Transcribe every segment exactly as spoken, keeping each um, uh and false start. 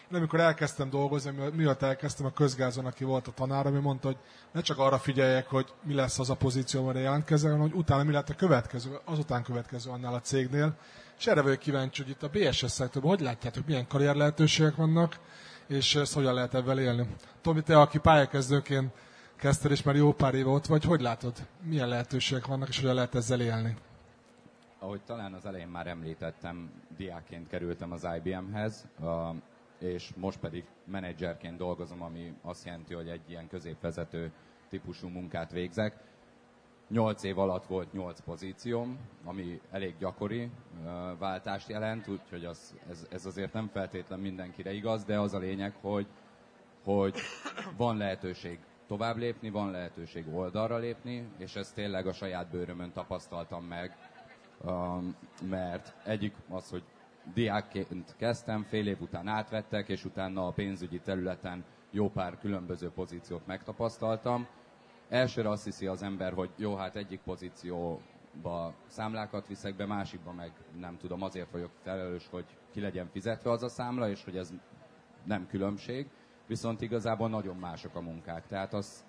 Én amikor elkezdtem dolgozni, miatt elkezdtem a közgázon, aki volt a tanár, ami mondta, hogy ne csak arra figyeljek, hogy mi lesz az a pozíció, amire jelentkezem, hanem hogy utána mi lett a következő, azután következő annál a cégnél. És erre vagyok kíváncsi, hogy itt a bé es es szektorban hogy látjátok, milyen karrier lehetőségek vannak, és ezt hogyan lehet ebben élni. Tomi, te, aki pályakezdőként kezdted, és már jó pár éve ott vagy, hogy látod, milyen lehetőségek vannak, és hogyan lehet ezzel élni? Ahogy talán az elején már említettem, diákként kerültem az i bé em-hez, és most pedig menedzserként dolgozom, ami azt jelenti, hogy egy ilyen középvezető típusú munkát végzek. Nyolc év alatt volt nyolc pozícióm, ami elég gyakori váltást jelent, úgyhogy az, ez, ez azért nem feltétlen mindenkire igaz, de az a lényeg, hogy, hogy van lehetőség tovább lépni, van lehetőség oldalra lépni, és ezt tényleg a saját bőrömön tapasztaltam meg, mert egyik az, hogy diákként kezdtem, fél év után átvettek, és utána a pénzügyi területen jó pár különböző pozíciót megtapasztaltam. Elsőre azt hiszi az ember, hogy jó, hát egyik pozícióba számlákat viszek be, másikba meg nem tudom, azért vagyok felelős, hogy ki legyen fizetve az a számla, és hogy ez nem különbség, viszont igazából nagyon mások a munkák. Tehát azt,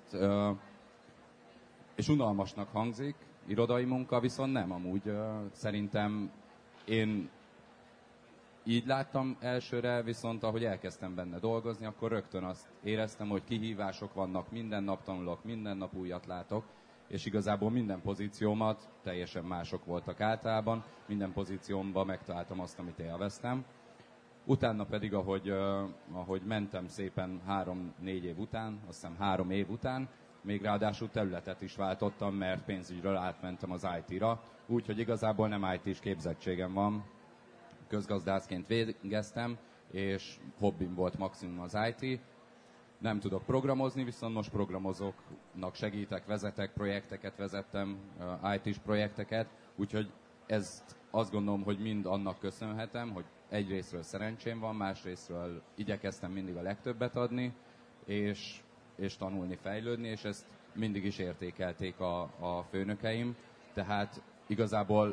és unalmasnak hangzik, irodai munka, viszont nem amúgy. Szerintem én így láttam elsőre, viszont ahogy elkezdtem benne dolgozni, akkor rögtön azt éreztem, hogy kihívások vannak, minden nap tanulok, minden nap újat látok, és igazából minden pozíciómat teljesen mások voltak általában, minden pozíciómban megtaláltam azt, amit élveztem. Utána pedig, ahogy, ahogy mentem szépen három-négy év után, azt hiszem három év után, még ráadásul területet is váltottam, mert pénzügyről átmentem az i té-ra, úgyhogy igazából nem i té-s képzettségem van. Közgazdászként végeztem, és hobbim volt maximum az i té. Nem tudok programozni, viszont most programozóknak segítek, vezetek, projekteket vezettem, i té-s projekteket, úgyhogy ezt azt gondolom, hogy mind annak köszönhetem, hogy egyrésztről szerencsém van, másrésztről igyekeztem mindig a legtöbbet adni, és, és tanulni, fejlődni, és ezt mindig is értékelték a, a főnökeim, tehát igazából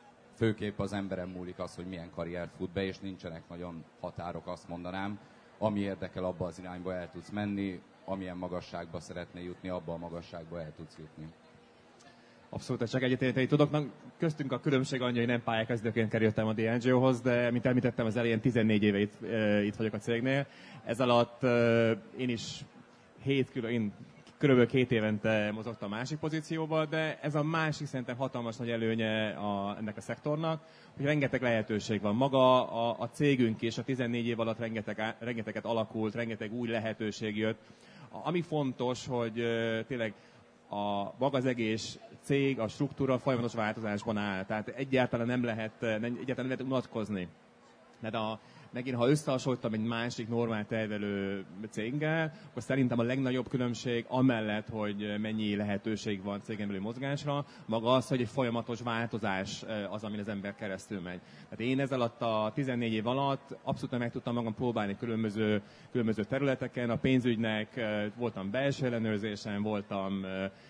főképp az emberen múlik az, hogy milyen karriert fut be, és nincsenek nagyon határok, azt mondanám. Ami érdekel, abba az irányba el tudsz menni, amilyen magasságba szeretnél jutni, abba a magasságba el tudsz jutni. Abszolút, csak egyetérteni tudok. Na, köztünk a különbség annyi, hogy nem pályakezdőként kerültem a dé en gé ó-hoz, de mint említettem, az elején tizennégy éve itt, e, itt vagyok a cégnél. Ez alatt e, én is hét külön, én körülbelül két évente mozogtam a másik pozícióba, de ez a másik szerintem hatalmas nagy előnye a, ennek a szektornak, hogy rengeteg lehetőség van. Maga a, a cégünk is a tizennégy év alatt rengeteg, rengeteget alakult, rengeteg új lehetőség jött. Ami fontos, hogy e, tényleg a maga az egész cég, a struktúra folyamatos változásban áll. Tehát egyáltalán nem lehet, nem, egyáltalán nem lehet unatkozni. Mert a, megint, ha összehasonlítom egy másik normál tervelő céggel, akkor szerintem a legnagyobb különbség amellett, hogy mennyi lehetőség van cégen belül mozgásra, maga az, hogy egy folyamatos változás az, amin az ember keresztül megy. Tehát én ez alatt a tizennégy év alatt abszolút meg tudtam magam próbálni különböző, különböző területeken. A pénzügynek voltam belső ellenőrzésen, voltam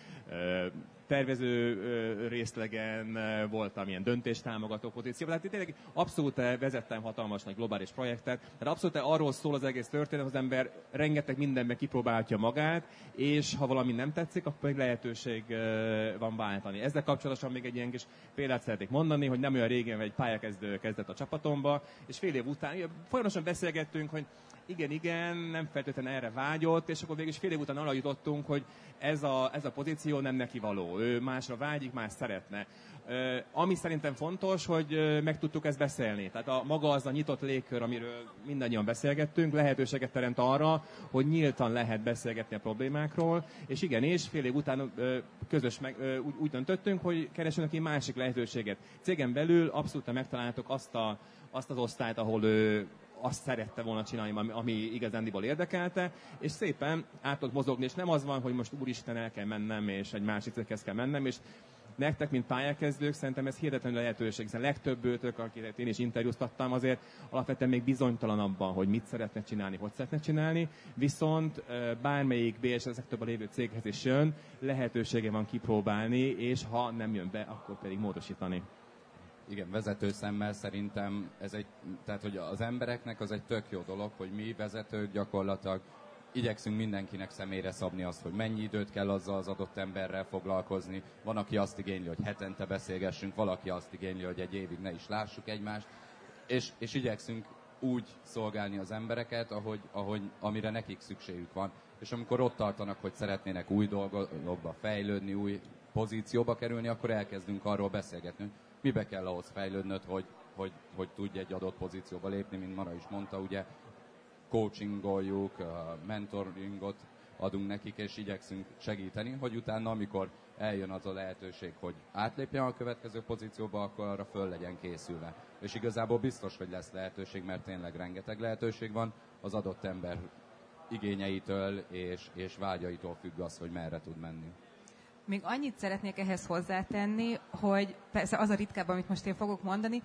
tervező részlegen, voltam ilyen döntéstámogató pozícióban. Tehát tényleg abszolút vezettem hatalmas nagy globális projektet. Tehát abszolút arról szól az egész történet, az ember rengeteg mindenben kipróbálhatja magát, és ha valami nem tetszik, akkor még lehetőség van váltani. Ezzel kapcsolatosan még egy ilyen kis példát szeretnék mondani, hogy nem olyan régen egy pályakezdő kezdett a csapatomba, és fél év után folyamatosan beszélgettünk, hogy igen, igen, nem feltétlenül erre vágyott, és akkor végül is fél év után arra jutottunk, hogy ez a, ez a pozíció nem neki való. Ő másra vágyik, más szeretne. Ami szerintem fontos, hogy meg tudtuk ezt beszélni. Tehát a, maga az a nyitott légkör, amiről mindannyian beszélgettünk, lehetőséget teremt arra, hogy nyíltan lehet beszélgetni a problémákról, és igenis, fél év után közös meg, úgy, úgy döntöttünk, hogy keresünk egy másik lehetőséget. Cégen belül abszolút megtaláltuk azt, a, azt az osztályt, ahol ő azt szerette volna csinálni, ami, ami igazándiból érdekelte, és szépen át tudok mozogni, és nem az van, hogy most úristen el kell mennem, és egy másik céghez kell mennem, és nektek, mint pályakezdők, szerintem ez hihetetlen lehetőség, hiszen legtöbbőtök, akiket én is interjúztattam, azért alapvetően még bizonytalan abban, hogy mit szeretne csinálni, hogy szeretne csinálni, viszont bármelyik bé es es szektorban lévő céghez is jön, lehetősége van kipróbálni, és ha nem jön be, akkor pedig módosítani. igen, vezető szemmel szerintem ez egy, tehát hogy az embereknek az egy tök jó dolog, hogy mi vezetők gyakorlatilag igyekszünk mindenkinek személyre szabni azt, hogy mennyi időt kell azzal az adott emberrel foglalkozni. Van, aki azt igényli, hogy hetente beszélgessünk, valaki azt igényli, hogy egy évig ne is lássuk egymást, és, és igyekszünk úgy szolgálni az embereket, ahogy, ahogy, amire nekik szükségük van. És amikor ott tartanak, hogy szeretnének új dolgokba fejlődni, új pozícióba kerülni, akkor elkezdünk arról beszélgetni, hogy mibe kell ahhoz fejlődnöd, hogy, hogy, hogy tudj egy adott pozícióba lépni, mint Mara is mondta, ugye coachingoljuk, mentoringot adunk nekik, és igyekszünk segíteni, hogy utána, amikor eljön az a lehetőség, hogy átlépjen a következő pozícióba, akkor arra föl legyen készülve. És igazából biztos, hogy lesz lehetőség, mert tényleg rengeteg lehetőség van, az adott ember igényeitől és, és vágyaitól függ az, hogy merre tud menni. Még annyit szeretnék ehhez hozzátenni, hogy persze az a ritkább, amit most én fogok mondani,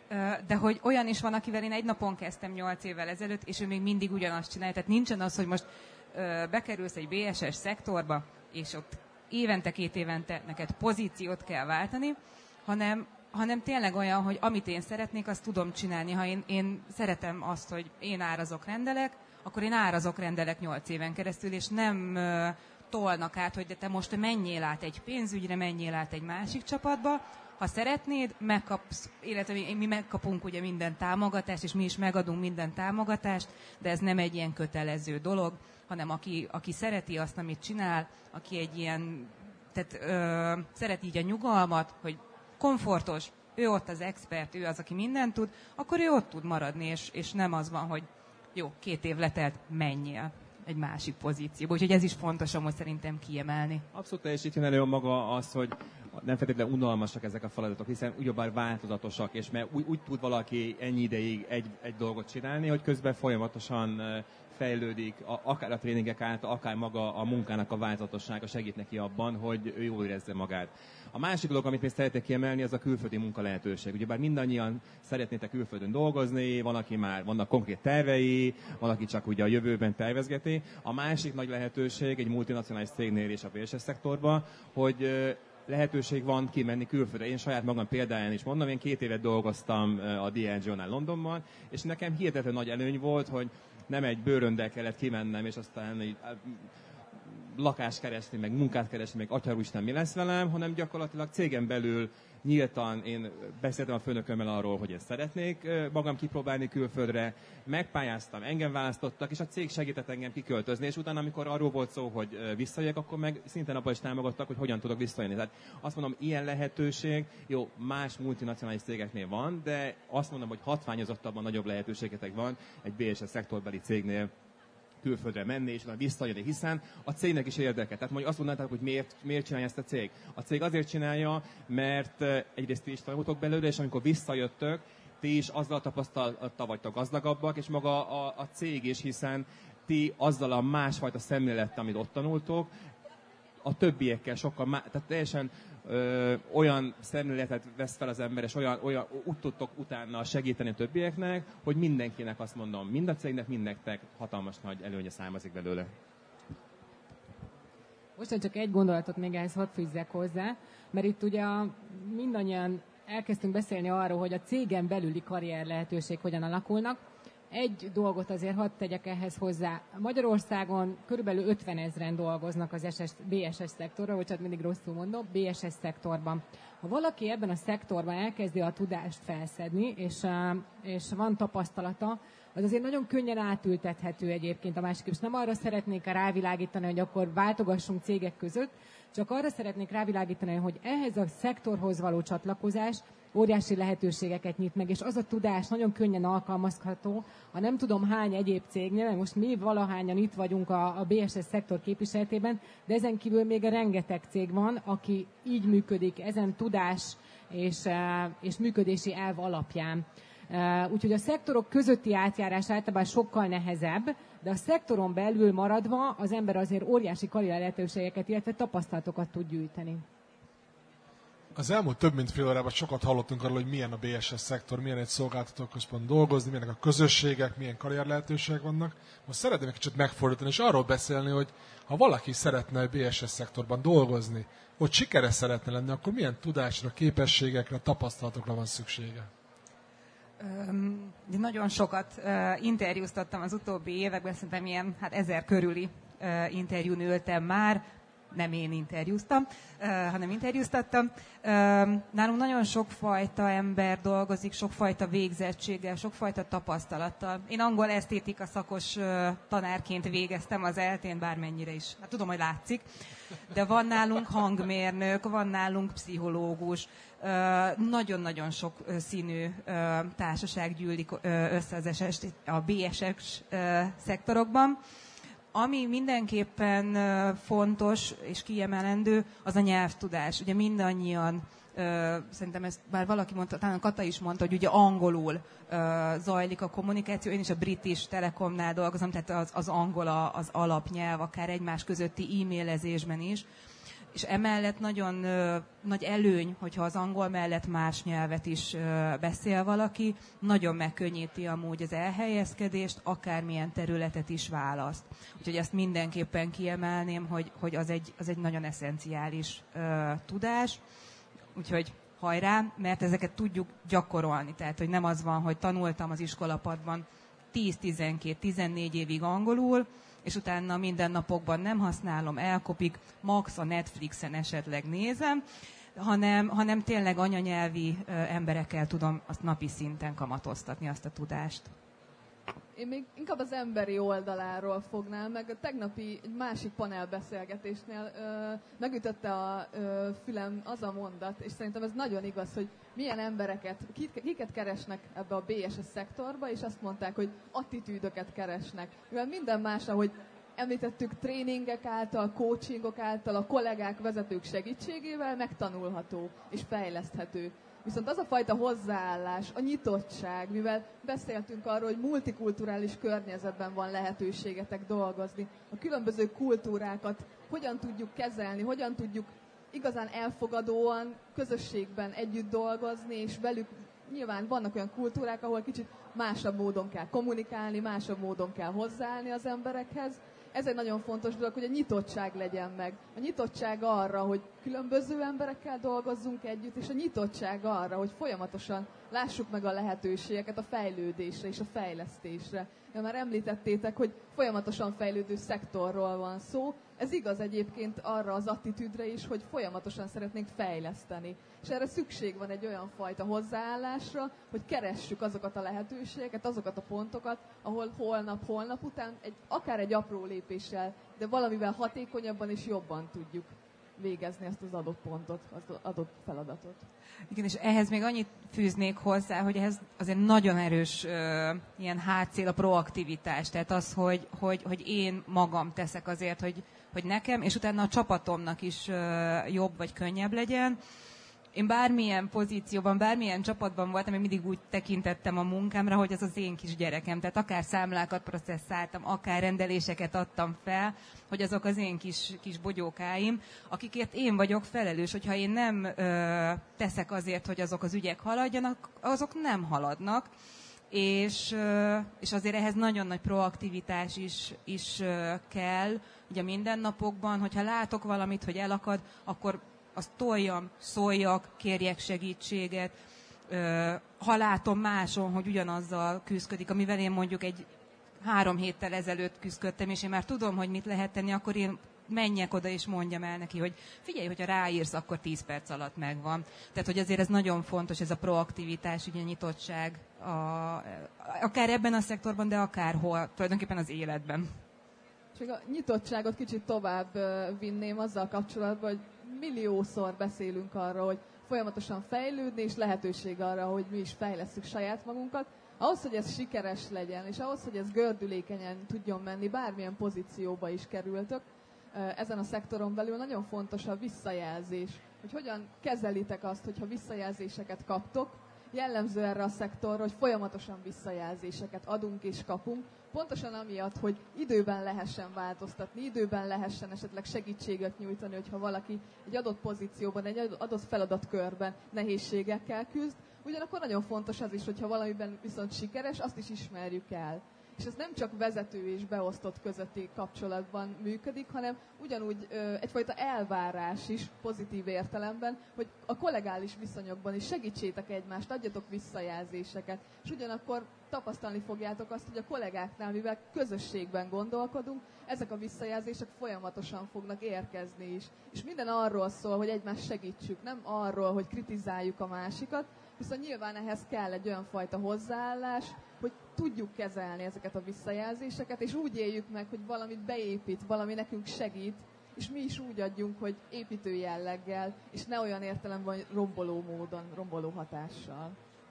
de hogy olyan is van, akivel én egy napon kezdtem nyolc évvel ezelőtt, és ő még mindig ugyanazt csinálja. Tehát nincsen az, hogy most bekerülsz egy bé es es szektorba, és ott évente, két évente neked pozíciót kell váltani, hanem, hanem tényleg olyan, hogy amit én szeretnék, azt tudom csinálni. Ha én, én szeretem azt, hogy én árazok, rendelek, akkor én árazok, rendelek nyolc éven keresztül, és nem tolnak át, hogy de te most menjél át egy pénzügyre, menjél át egy másik csapatba. Ha szeretnéd, megkapsz, illetve mi megkapunk ugye minden támogatást, és mi is megadunk minden támogatást, de ez nem egy ilyen kötelező dolog, hanem aki, aki szereti azt, amit csinál, aki egy ilyen, tehát ö, szereti így a nyugalmat, hogy komfortos, ő ott az expert, ő az, aki mindent tud, akkor ő ott tud maradni, és, és nem az van, hogy jó, két év letelt, menjél egy másik pozícióba. Úgyhogy ez is fontos amúgy szerintem kiemelni. Abszolút teljesítjen elő maga az, hogy nem feltétlenül unalmasak ezek a feladatok, hiszen ugyebár változatosak, és mert úgy, úgy tud valaki ennyi ideig egy, egy dolgot csinálni, hogy közben folyamatosan fejlődik, a, akár a tréningek által, akár maga a munkának a változatossága segít neki abban, hogy ő jól érezze magát. A másik dolog, amit még szeretnék kiemelni, az a külföldi munka lehetőség. Ugyebár mindannyian szeretnétek külföldön dolgozni, van, aki már vannak konkrét tervei, van, aki csak ugye a jövőben tervezgeti. A másik nagy lehetőség egy multinacionális cégnél és a bé es es szektorban, hogy lehetőség van kimenni külföldre. Én saját magam példáján is mondom, én két évet dolgoztam a dé el gé-nál Londonban, és nekem hihetetlen nagy előny volt, hogy nem egy bőröndel kellett kimennem, és aztán így lakást keresni, meg munkát keresni, meg atyarúisten mi lesz velem, hanem gyakorlatilag cégen belül nyíltan én beszéltem a főnökömmel arról, hogy ezt szeretnék magam kipróbálni külföldre, megpályáztam, engem választottak, és a cég segített engem kiköltözni, és utána, amikor arról volt szó, hogy visszajöjjek, akkor meg szintén abban is támogattak, hogy hogyan tudok visszajönni. Tehát azt mondom, ilyen lehetőség, jó, más multinacionális cégeknél van, de azt mondom, hogy hatványozottabban nagyobb lehetőségetek van egy bé es es szektorbeli cégnél külföldre menni, és utána visszajönni, hiszen a cégnek is érdeke. Tehát mondjuk azt mondanátok, hogy miért, miért csinálja ezt a cég. A cég azért csinálja, mert egyrészt ti is tanultok belőle, és amikor visszajöttök, ti is azzal tapasztalattal vagytok gazdagabbak, és maga a, a cég is, hiszen ti azzal a másfajta szemlélettel, amit ott tanultok, a többiekkel sokkal má- tehát teljesen ö, olyan szemléletet vesz fel az ember, és olyan, olyan, úgy tudtok utána segíteni a többieknek, hogy mindenkinek azt mondom, mind a cégnek, mind nektek hatalmas nagy előnye származik belőle. Most csak egy gondolatot még ehhez hadd fűzzek hozzá, mert itt ugye mindannyian elkezdtünk beszélni arról, hogy a cégen belüli karrier lehetőség hogyan alakulnak. Egy dolgot azért hadd tegyek ehhez hozzá. Magyarországon körülbelül ötvenezren dolgoznak az bé es es szektorban, vagy csak mindig rosszul mondom, bé es es szektorban. Ha valaki ebben a szektorban elkezdi a tudást felszedni, és, és van tapasztalata, az azért nagyon könnyen átültethető egyébként a másik. És nem arra szeretnék rávilágítani, hogy akkor váltogassunk cégek között, csak arra szeretnék rávilágítani, hogy ehhez a szektorhoz való csatlakozás óriási lehetőségeket nyit meg, és az a tudás nagyon könnyen alkalmazható, a nem tudom hány egyéb cégnél, mert most mi valahányan itt vagyunk a, a bé es es szektor képviseletében, de ezen kívül még a rengeteg cég van, aki így működik, ezen tudás és, és működési elv alapján. Úgyhogy a szektorok közötti átjárás általában sokkal nehezebb, de a szektoron belül maradva az ember azért óriási karrier lehetőségeket, illetve tapasztalatokat tud gyűjteni. Az elmúlt több mint fél órában sokat hallottunk arról, hogy milyen a bé es es szektor, milyen egy szolgáltatóközpont dolgozni, milyenek a közösségek, milyen karrierlehetőségek vannak. Most szeretném egy kicsit megfordítani, és arról beszélni, hogy ha valaki szeretne a bé es es szektorban dolgozni, hogy sikeres szeretne lenni, akkor milyen tudásra, képességekre, tapasztalatokra van szüksége? Um, nagyon sokat uh, interjúztattam az utóbbi években, szerintem ilyen hát ezer körüli uh, interjún ültem már, nem én interjúztam, uh, hanem interjúztattam. Uh, nálunk nagyon sokfajta ember dolgozik, sokfajta végzettséggel, sokfajta tapasztalattal. Én angol esztétika szakos uh, tanárként végeztem az eltén, bármennyire is. Hát tudom, hogy látszik. De van nálunk hangmérnök, van nálunk pszichológus, uh, nagyon-nagyon sok uh, színű uh, társaság gyűlik uh, össze az es es, a bé es es uh, szektorokban. Ami mindenképpen fontos és kiemelendő, az a nyelvtudás. Ugye mindannyian, szerintem ezt már valaki mondta, talán Kata is mondta, hogy ugye angolul zajlik a kommunikáció. Én is a British Telecomnál dolgozom, tehát az, az angol az alapnyelv, akár egymás közötti e-mailezésben is. És emellett nagyon ö, nagy előny, hogyha az angol mellett más nyelvet is ö, beszél valaki, nagyon megkönnyíti amúgy az elhelyezkedést, akármilyen területet is választ. Úgyhogy ezt mindenképpen kiemelném, hogy, hogy az, egy, az egy nagyon eszenciális ö, tudás. Úgyhogy hajrá, mert ezeket tudjuk gyakorolni. Tehát, hogy nem az van, hogy tanultam az iskolapadban tíz, tizenkét, tizennégy évig angolul, és utána mindennapokban nem használom, elkopik, max a Netflixen esetleg nézem, hanem, hanem tényleg anyanyelvi ö, emberekkel tudom azt napi szinten kamatoztatni azt a tudást. Én még inkább az emberi oldaláról fognám, meg a tegnapi egy másik panelbeszélgetésnél ö, megütötte a ö, fülem az a mondat, és szerintem ez nagyon igaz, hogy milyen embereket, kiket keresnek ebbe a bé es es szektorba, és azt mondták, hogy attitűdöket keresnek. Mivel minden más, ahogy említettük, tréningek által, coachingok által, a kollégák, vezetők segítségével megtanulható és fejleszthető. Viszont az a fajta hozzáállás, a nyitottság, mivel beszéltünk arról, hogy multikulturális környezetben van lehetőségetek dolgozni, a különböző kultúrákat hogyan tudjuk kezelni, hogyan tudjuk igazán elfogadóan, közösségben együtt dolgozni, és velük nyilván vannak olyan kultúrák, ahol kicsit másabb módon kell kommunikálni, másabb módon kell hozzáállni az emberekhez. Ez egy nagyon fontos dolog, hogy a nyitottság legyen meg. A nyitottság arra, hogy különböző emberekkel dolgozzunk együtt, és a nyitottság arra, hogy folyamatosan lássuk meg a lehetőségeket a fejlődésre és a fejlesztésre. Ja, már említettétek, hogy folyamatosan fejlődő szektorról van szó. Ez igaz egyébként arra az attitűdre is, hogy folyamatosan szeretnénk fejleszteni. És erre szükség van egy olyan fajta hozzáállásra, hogy keressük azokat a lehetőségeket, azokat a pontokat, ahol holnap, holnap után egy, akár egy apró lépéssel, de valamivel hatékonyabban és jobban tudjuk végezni ezt az adott pontot, az adott feladatot. Igen, és ehhez még annyit fűznék hozzá, hogy ehhez azért nagyon erős ö, ilyen hátszél a proaktivitás. Tehát az, hogy, hogy, hogy én magam teszek azért, hogy, hogy nekem, és utána a csapatomnak is ö, jobb vagy könnyebb legyen. Én bármilyen pozícióban, bármilyen csapatban voltam, én mindig úgy tekintettem a munkámra, hogy ez az én kis gyerekem. Tehát akár számlákat processzáltam, akár rendeléseket adtam fel, hogy azok az én kis, kis bogyókáim, akikért én vagyok felelős. Hogyha én nem ö, teszek azért, hogy azok az ügyek haladjanak, azok nem haladnak. És, ö, és azért ehhez nagyon nagy proaktivitás is, is ö, kell. Ugye mindennapokban, hogyha látok valamit, hogy elakad, akkor azt toljam, szóljak, kérjek segítséget. Ha látom máson, hogy ugyanazzal küzdködik, amivel én mondjuk egy három héttel ezelőtt küzdködtem, és én már tudom, hogy mit lehet tenni, akkor én menjek oda és mondjam el neki, hogy figyelj, hogyha ráírsz, akkor tíz perc alatt megvan. Tehát, hogy azért ez nagyon fontos, ez a proaktivitás, ugye a nyitottság, a, akár ebben a szektorban, de akárhol, tulajdonképpen az életben. Csak a nyitottságot kicsit tovább vinném azzal kapcsolatban, hogy milliószor beszélünk arra, hogy folyamatosan fejlődni, és lehetőség arra, hogy mi is fejlesszük saját magunkat. Ahhoz, hogy ez sikeres legyen, és ahhoz, hogy ez gördülékenyen tudjon menni, bármilyen pozícióba is kerültök, ezen a szektoron belül nagyon fontos a visszajelzés. Hogy hogyan kezelitek azt, hogyha visszajelzéseket kaptok, jellemző erre a szektorra, hogy folyamatosan visszajelzéseket adunk és kapunk, pontosan amiatt, hogy időben lehessen változtatni, időben lehessen esetleg segítséget nyújtani, hogyha valaki egy adott pozícióban, egy adott feladatkörben nehézségekkel küzd. Ugyanakkor nagyon fontos az is, hogyha valamiben viszont sikeres, azt is ismerjük el. És ez nem csak vezető és beosztott közötti kapcsolatban működik, hanem ugyanúgy ö, egyfajta elvárás is pozitív értelemben, hogy a kollegális viszonyokban is segítsétek egymást, adjatok visszajelzéseket. És ugyanakkor tapasztalni fogjátok azt, hogy a kollégáknál, mivel közösségben gondolkodunk, ezek a visszajelzések folyamatosan fognak érkezni is. És minden arról szól, hogy egymást segítsük, nem arról, hogy kritizáljuk a másikat, viszont nyilván ehhez kell egy olyan fajta hozzáállás, hogy tudjuk kezelni ezeket a visszajelzéseket, és úgy éljük meg, hogy valamit beépít, valami nekünk segít, és mi is úgy adjunk, hogy építő jelleggel, és ne olyan értelemben romboló módon, romboló hatással.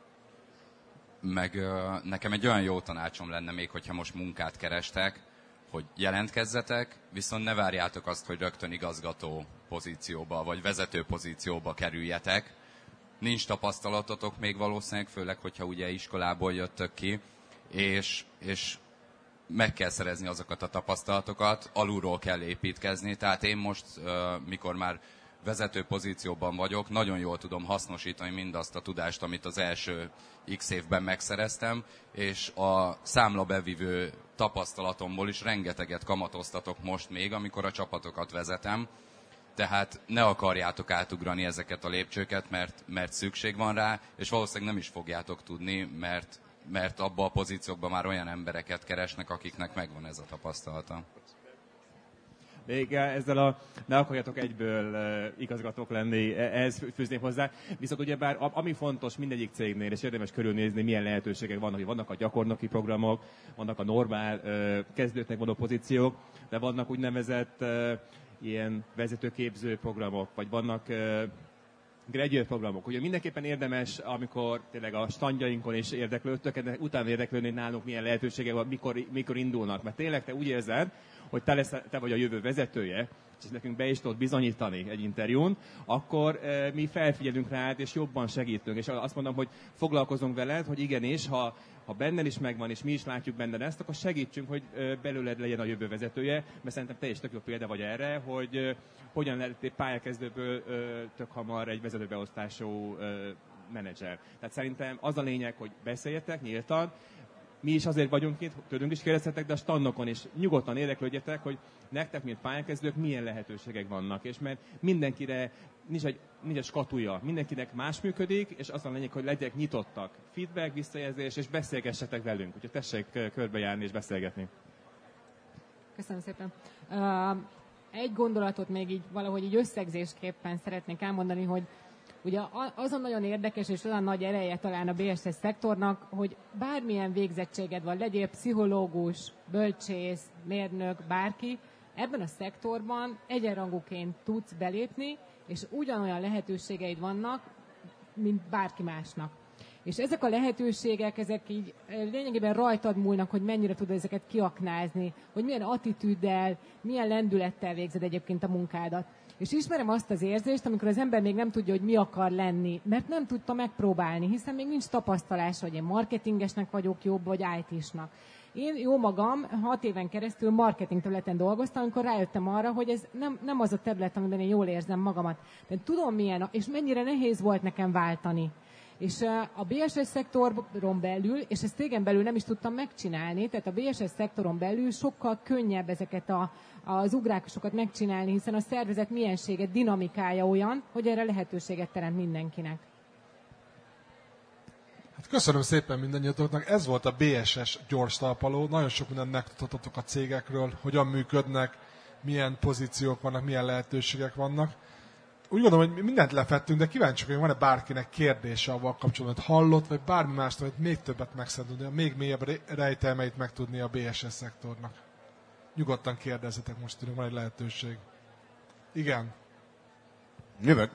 Meg ö, nekem egy olyan jó tanácsom lenne még, hogyha most munkát kerestek, hogy jelentkezzetek, viszont ne várjátok azt, hogy rögtön igazgató pozícióba, vagy vezető pozícióba kerüljetek. Nincs tapasztalatotok még valószínűleg, főleg, hogyha ugye iskolából jöttök ki, és, és meg kell szerezni azokat a tapasztalatokat, alulról kell építkezni. Tehát én most, mikor már vezető pozícióban vagyok, nagyon jól tudom hasznosítani mindazt a tudást, amit az első x évben megszereztem, és a számlabevívő tapasztalatomból is rengeteget kamatoztatok most még, amikor a csapatokat vezetem. Tehát ne akarjátok átugrani ezeket a lépcsőket, mert, mert szükség van rá, és valószínűleg nem is fogjátok tudni, mert, mert abban a pozíciókban már olyan embereket keresnek, akiknek megvan ez a tapasztalata. Még ezzel a ne akarjatok egyből uh, igazgatók lenni, ehhez fűzném hozzá. Viszont ugyebár ami fontos mindegyik cégnél, és érdemes körülnézni, milyen lehetőségek vannak, hogy vannak a gyakornoki programok, vannak a normál uh, kezdőknek való pozíciók, de vannak úgynevezett uh, ilyen vezetőképző programok, vagy vannak uh, graduate programok. Ugye mindenképpen érdemes, amikor tényleg a standjainkon is érdeklődtök, de utána érdeklődni, hogy nálunk milyen lehetőségek van, mikor, mikor indulnak. Mert tényleg te úgy érzed, hogy te, lesz, te vagy a jövő vezetője, és nekünk be is tudod bizonyítani egy interjún, akkor e, mi felfigyelünk rád, és jobban segítünk. És azt mondom, hogy foglalkozunk veled, hogy igenis, ha, ha benned is megvan, és mi is látjuk benned ezt, akkor segítsünk, hogy e, belőled legyen a jövő vezetője, mert szerintem te is tök jó példa vagy erre, hogy e, hogyan lehet egy pályakezdőből e, tök hamar egy vezetőbeosztású e, menedzser. Tehát szerintem az a lényeg, hogy beszéljetek nyíltan. Mi is azért vagyunk itt, tőlünk is kérdezhetek, de a standokon is nyugodtan érdeklődjetek, hogy nektek, mint pályakezdők, milyen lehetőségek vannak. És mert mindenkire nincs egy, nincs egy skatúja, mindenkinek más működik, és az a lényeg, hogy legyenek nyitottak. Feedback, visszajelzés, és beszélgessetek velünk. Úgyhogy tessék körbejárni és beszélgetni. Köszönöm szépen. Uh, egy gondolatot még így valahogy így összegzésképpen szeretnék elmondani, hogy ugye azon nagyon érdekes és olyan nagy ereje talán a bé es es szektornak, hogy bármilyen végzettséged van, legyél pszichológus, bölcsész, mérnök, bárki, ebben a szektorban egyenrangúként tudsz belépni, és ugyanolyan lehetőségeid vannak, mint bárki másnak. És ezek a lehetőségek, ezek így lényegében rajtad múlnak, hogy mennyire tudod ezeket kiaknázni, hogy milyen attitűddel, milyen lendülettel végzed egyébként a munkádat. És ismerem azt az érzést, amikor az ember még nem tudja, hogy mi akar lenni, mert nem tudta megpróbálni, hiszen még nincs tapasztalása, hogy én marketingesnek vagyok jobb, vagy í té-snak. Én jó magam hat éven keresztül marketing területen dolgoztam, amikor rájöttem arra, hogy ez nem, nem az a terület, amiben én jól érzem magamat. De tudom milyen, és mennyire nehéz volt nekem váltani. És a bé es es szektoron belül, és ezt régen belül nem is tudtam megcsinálni, tehát a bé es es szektoron belül sokkal könnyebb ezeket a, az ugrásokat megcsinálni, hiszen a szervezet miensége, dinamikája olyan, hogy erre lehetőséget teremt mindenkinek. Hát köszönöm szépen mindannyiatoknak. Ez volt a bé es es gyors talpaló. Nagyon sok mindent megtudhattatok a cégekről, hogyan működnek, milyen pozíciók vannak, milyen lehetőségek vannak. Úgy gondolom, hogy mindent lefettünk, de kíváncsiak, hogy van-e bárkinek kérdése avval kapcsolatban, hogy hallott, vagy bármi mást, hogy még többet megszedni, még mélyebb rejtelmeit megtudni a bé es es szektornak. Nyugodtan kérdezzetek most, hogy van egy lehetőség. Igen. Jövök.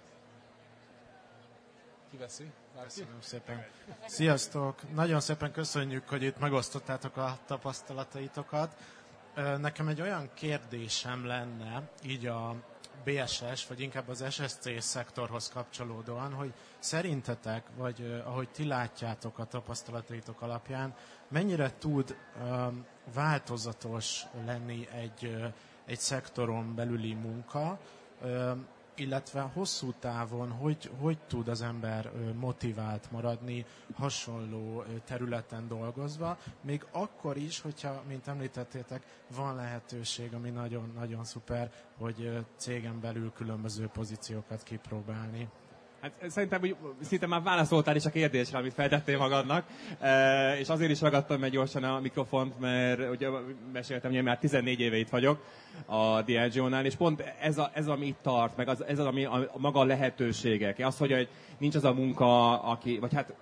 Ki veszi? Köszönöm szépen. Sziasztok! Nagyon szépen köszönjük, hogy itt megosztottátok a tapasztalataitokat. Nekem egy olyan kérdésem lenne, így a bé es es, vagy inkább az es es cé szektorhoz kapcsolódóan, hogy szerintetek, vagy uh, ahogy ti látjátok a tapasztalataitok alapján, mennyire tud um, változatos lenni egy, uh, egy szektoron belüli munka, um, illetve hosszú távon hogy, hogy tud az ember motivált maradni hasonló területen dolgozva, még akkor is, hogyha, mint említettétek, van lehetőség, ami nagyon-nagyon szuper, hogy cégen belül különböző pozíciókat kipróbálni. Hát szerintem, hogy szinte már válaszoltál is a kérdésre, amit feltettél magadnak, e, és azért is ragadtam meg gyorsan a mikrofont, mert ugye meséltem, hogy én már tizennégy éve itt vagyok a Diageo-nál, és pont ez, a, ez ami itt tart, meg az, ez az, ami a, a maga lehetőségek. Az, hogy nincs az a munka, aki, vagy hát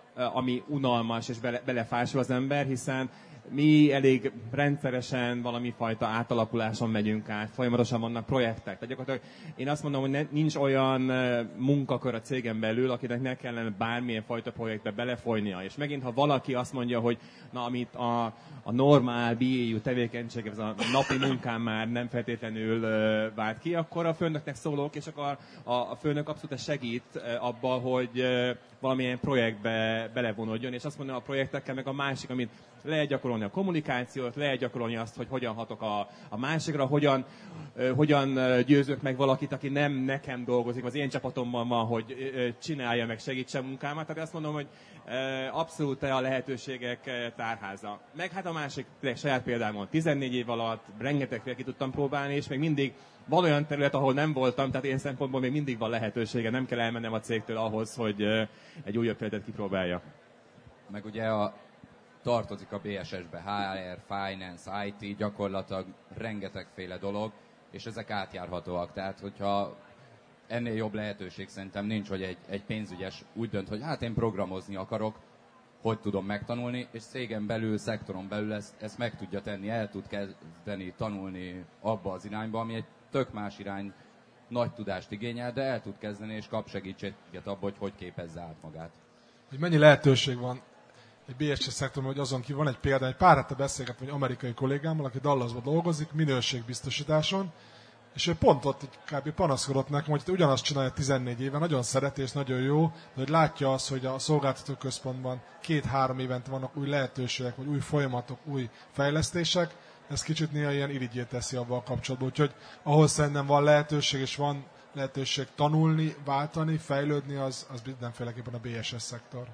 ami unalmas és bele, belefásul az ember, hiszen mi elég rendszeresen valami fajta átalakuláson megyünk át, folyamatosan vannak projektek. Tehát gyakorlatilag én azt mondom, hogy ne, nincs olyan munkakör a cégen belül, akinek ne kellene bármilyen fajta projektbe belefolynia. És megint, ha valaki azt mondja, hogy na, amit a, a normál bé á u tevékenység, ez a napi munkám már nem feltétlenül uh, vált ki, akkor a főnöknek szólok, és akkor a, a főnök abszolút segít uh, abba, hogy uh, valamilyen projektbe belevonódjon, és azt mondom, a projektekkel meg a másik, amit lehet gyakorolni a kommunikációt, lehet gyakorolni azt, hogy hogyan hatok a, a másikra, hogyan, uh, hogyan győzök meg valakit, aki nem nekem dolgozik, az én csapatomban van, hogy uh, csinálja meg, segítse munkámat. Tehát azt mondom, hogy uh, abszolút a lehetőségek uh, tárháza. Meg hát a másik, saját példámon, tizennégy év alatt rengetegféle ki tudtam próbálni, és még mindig van olyan terület, ahol nem voltam, tehát én szempontból még mindig van lehetősége, nem kell elmennem a cégtől ahhoz, hogy uh, egy újabb területet kipróbálja. Meg ugye a tartozik a bé es es-be há er, finance, i té, gyakorlatilag rengetegféle dolog, és ezek átjárhatóak. Tehát, hogyha ennél jobb lehetőség szerintem nincs, hogy egy, egy pénzügyes úgy dönt, hogy hát én programozni akarok, hogy tudom megtanulni, és cégen belül, szektoron belül ezt, ezt meg tudja tenni, el tud kezdeni tanulni abba az irányba, ami egy tök más irány, nagy tudást igényel, de el tud kezdeni, és kap segítséget abba, hogy hogy képezze át magát. Hogy mennyi lehetőség van egy bé es es szektorban, hogy azon kívül van egy példa, egy pár hete beszélgettem egy amerikai kollégámmal, aki Dallasban dolgozik, minőségbiztosításon, és ő pont ott kb. Panaszkodott nekem, hogy ugyanazt csinálja tizennégy éve, nagyon szereti és nagyon jó, de hogy látja azt, hogy a szolgáltatóközpontban két-három évente vannak új lehetőségek, vagy új folyamatok, új fejlesztések, ez kicsit néha ilyen irigyét teszi abban a kapcsolatban. Úgyhogy ahol szerintem van lehetőség, és van lehetőség tanulni, váltani, fejlődni, az, az mindenféleképpen a bé es es szektor.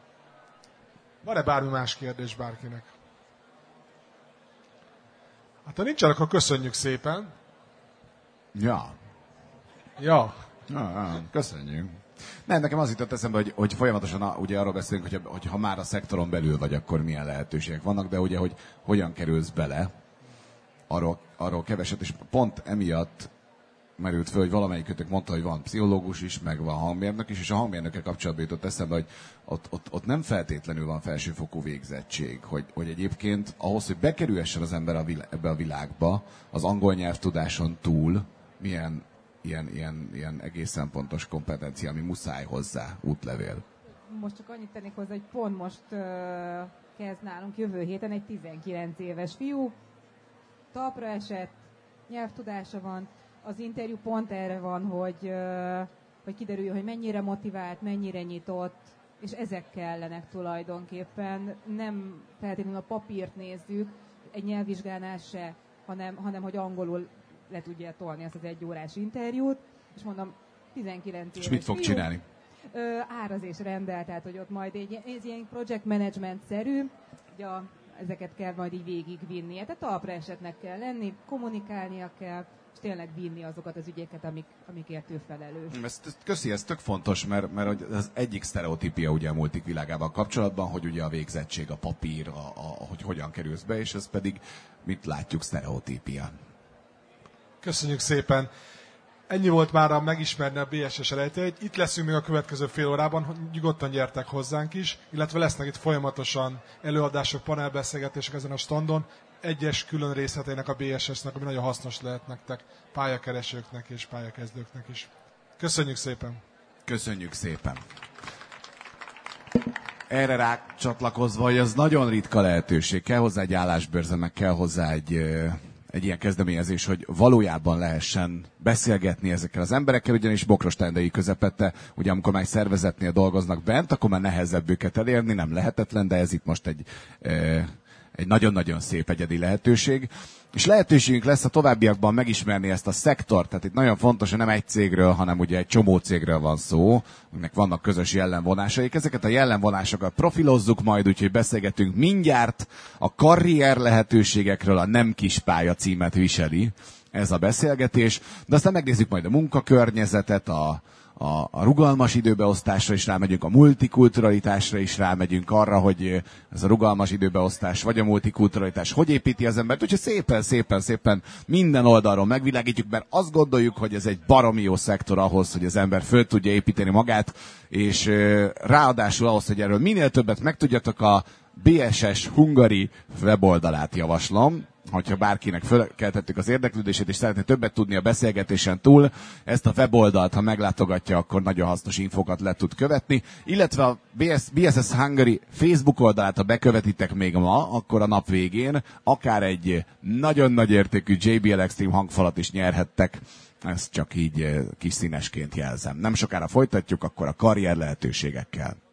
Van-e bármi más kérdés bárkinek? Hát ha nincsen, akkor köszönjük szépen. Ja. Ja. Ja, ja, köszönjük. Nem, nekem az jutott eszembe, hogy, hogy folyamatosan a, ugye arról beszélünk, hogy, hogy ha már a szektoron belül vagy, akkor milyen lehetőségek vannak, de ugye, hogy hogyan kerülsz bele, arról, arról keveset, és pont emiatt merült föl, hogy valamelyikötök mondta, hogy van pszichológus is, meg van hangmérnök is, és a hangmérnökkel kapcsolatban jutott eszembe, hogy ott, ott, ott nem feltétlenül van felsőfokú végzettség, hogy, hogy egyébként ahhoz, hogy bekerülhessen az ember a vilá, ebbe a világba, az angol nyelvtudáson túl milyen ilyen, ilyen, ilyen egészen pontos kompetencia, ami muszáj hozzá, útlevél. Most csak annyit tennék hozzá, hogy pont most uh, kezd nálunk jövő héten egy tizenkilenc éves fiú, talpra esett, nyelvtudása van, az interjú pont erre van, hogy, uh, hogy kiderüljön, hogy mennyire motivált, mennyire nyitott, és ezek kellenek tulajdonképpen. Nem feltétlenül a papírt nézzük, egy nyelvvizsgánál se, hanem, hanem hogy angolul le tudja tolni azt az egy órás interjút, és mondom, tizenkilenc éves. És mit fog fiú, csinálni? Ö, árazés rendel, tehát hogy ott majd egy, egy ilyen project management-szerű, hogy a, ezeket kell majd így végigvinnie. Tehát talpra esetnek kell lenni, kommunikálnia kell, és tényleg vinni azokat az ügyeket, amik, amikért ő felelős. Ezt, ezt, köszi, ez tök fontos, mert, mert az egyik sztereotípia ugye a multik világával kapcsolatban, hogy ugye a végzettség, a papír, a, a, hogy hogyan kerülsz be, és ez pedig, mit látjuk, sztereotípia. Köszönjük szépen! Ennyi volt már a megismerni a bé es es elejteit. Itt leszünk még a következő fél órában, hogy nyugodtan gyertek hozzánk is, illetve lesznek itt folyamatosan előadások, panelbeszélgetések ezen a standon, egyes külön részleteinek a bé es es-nek, ami nagyon hasznos lehet nektek, pályakeresőknek és pályakezdőknek is. Köszönjük szépen! Köszönjük szépen! Erre rácsatlakozva, hogy ez nagyon ritka lehetőség. Kell hozzá egy állásbőrze, meg kell hozzá egy, egy ilyen kezdeményezés, hogy valójában lehessen beszélgetni ezekkel az emberekkel, ugyanis Bokros Tendei közepette, ugye amikor már egy szervezetnél dolgoznak bent, akkor már nehezebb őket elérni, nem lehetetlen, de ez itt most egy, egy nagyon-nagyon szép egyedi lehetőség. És lehetőségünk lesz a továbbiakban megismerni ezt a szektort, tehát itt nagyon fontos, hogy nem egy cégről, hanem ugye egy csomó cégről van szó, aminek vannak közös jellemvonásaik. Ezeket a jellemvonásokat profilozzuk majd, úgyhogy beszélgetünk mindjárt a karrier lehetőségekről, a Nem kis pálya címet viseli ez a beszélgetés, de aztán megnézzük majd a munkakörnyezetet, a A, a rugalmas időbeosztásra is rámegyünk, a multikulturalitásra is rámegyünk, arra, hogy ez a rugalmas időbeosztás vagy a multikulturalitás hogy építi az embert. Úgyhogy szépen, szépen, szépen minden oldalról megvilágítjuk, mert azt gondoljuk, hogy ez egy baromi jó szektor ahhoz, hogy az ember föl tudja építeni magát, és ráadásul ahhoz, hogy erről minél többet megtudjatok, a bé es es Hungary weboldalát javaslom, hogyha bárkinek fölkeltettük az érdeklődését, és szeretné többet tudni a beszélgetésen túl, ezt a weboldalt, ha meglátogatja, akkor nagyon hasznos infokat le tud követni, illetve a bé es es Hungary Facebook oldalát, ha bekövetitek még ma, akkor a nap végén akár egy nagyon nagy értékű jé bé el Extreme hangfalat is nyerhettek. Ezt csak így kis színesként jelzem. Nem sokára folytatjuk, akkor a karrier lehetőségekkel.